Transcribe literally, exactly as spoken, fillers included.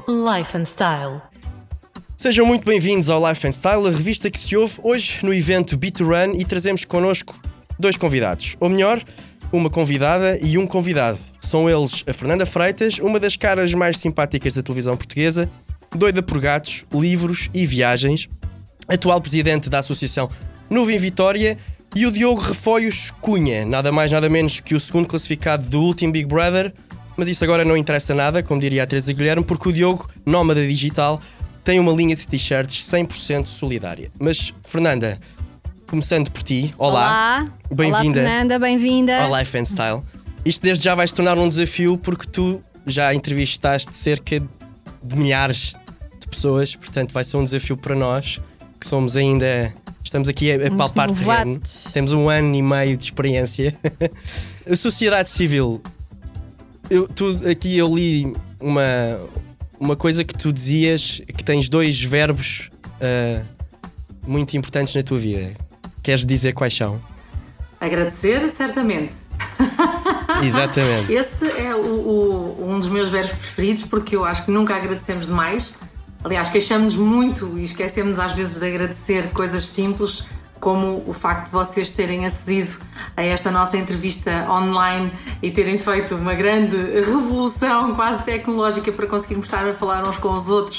Life and Style. Sejam muito bem-vindos ao Life and Style, a revista que se ouve hoje no evento Beat to Run, e trazemos connosco dois convidados, ou melhor, uma convidada e um convidado. São eles a Fernanda Freitas, uma das caras mais simpáticas da televisão portuguesa, doida por gatos, livros e viagens, atual presidente da Associação Nuvem Vitória, e o Diogo Refoios Cunha, nada mais nada menos que o segundo classificado do último Big Brother, mas isso agora não interessa nada, como diria a Teresa Guilherme, porque o Diogo, nómada digital, tem uma linha de t-shirts cem por cento solidária. Mas, Fernanda, começando por ti, olá, olá. bem-vinda. Olá, Fernanda, bem-vinda ao Life and Style. Isto desde já vai se tornar um desafio, porque tu já entrevistaste cerca de milhares de pessoas, portanto vai ser um desafio para nós, que somos ainda... Estamos aqui a, a palpar terreno. Temos um ano e meio de experiência. A sociedade civil... Eu, tu, aqui eu li uma, uma coisa que tu dizias, que tens dois verbos uh, muito importantes na tua vida. Queres dizer quais são? Agradecer, certamente. Exatamente. Esse é o, o, um dos meus verbos preferidos, porque eu acho que nunca agradecemos demais. Aliás, queixamos-nos muito e esquecemos às vezes de agradecer coisas simples, como o facto de vocês terem acedido a esta nossa entrevista online e terem feito uma grande revolução quase tecnológica para conseguirmos estar a falar uns com os outros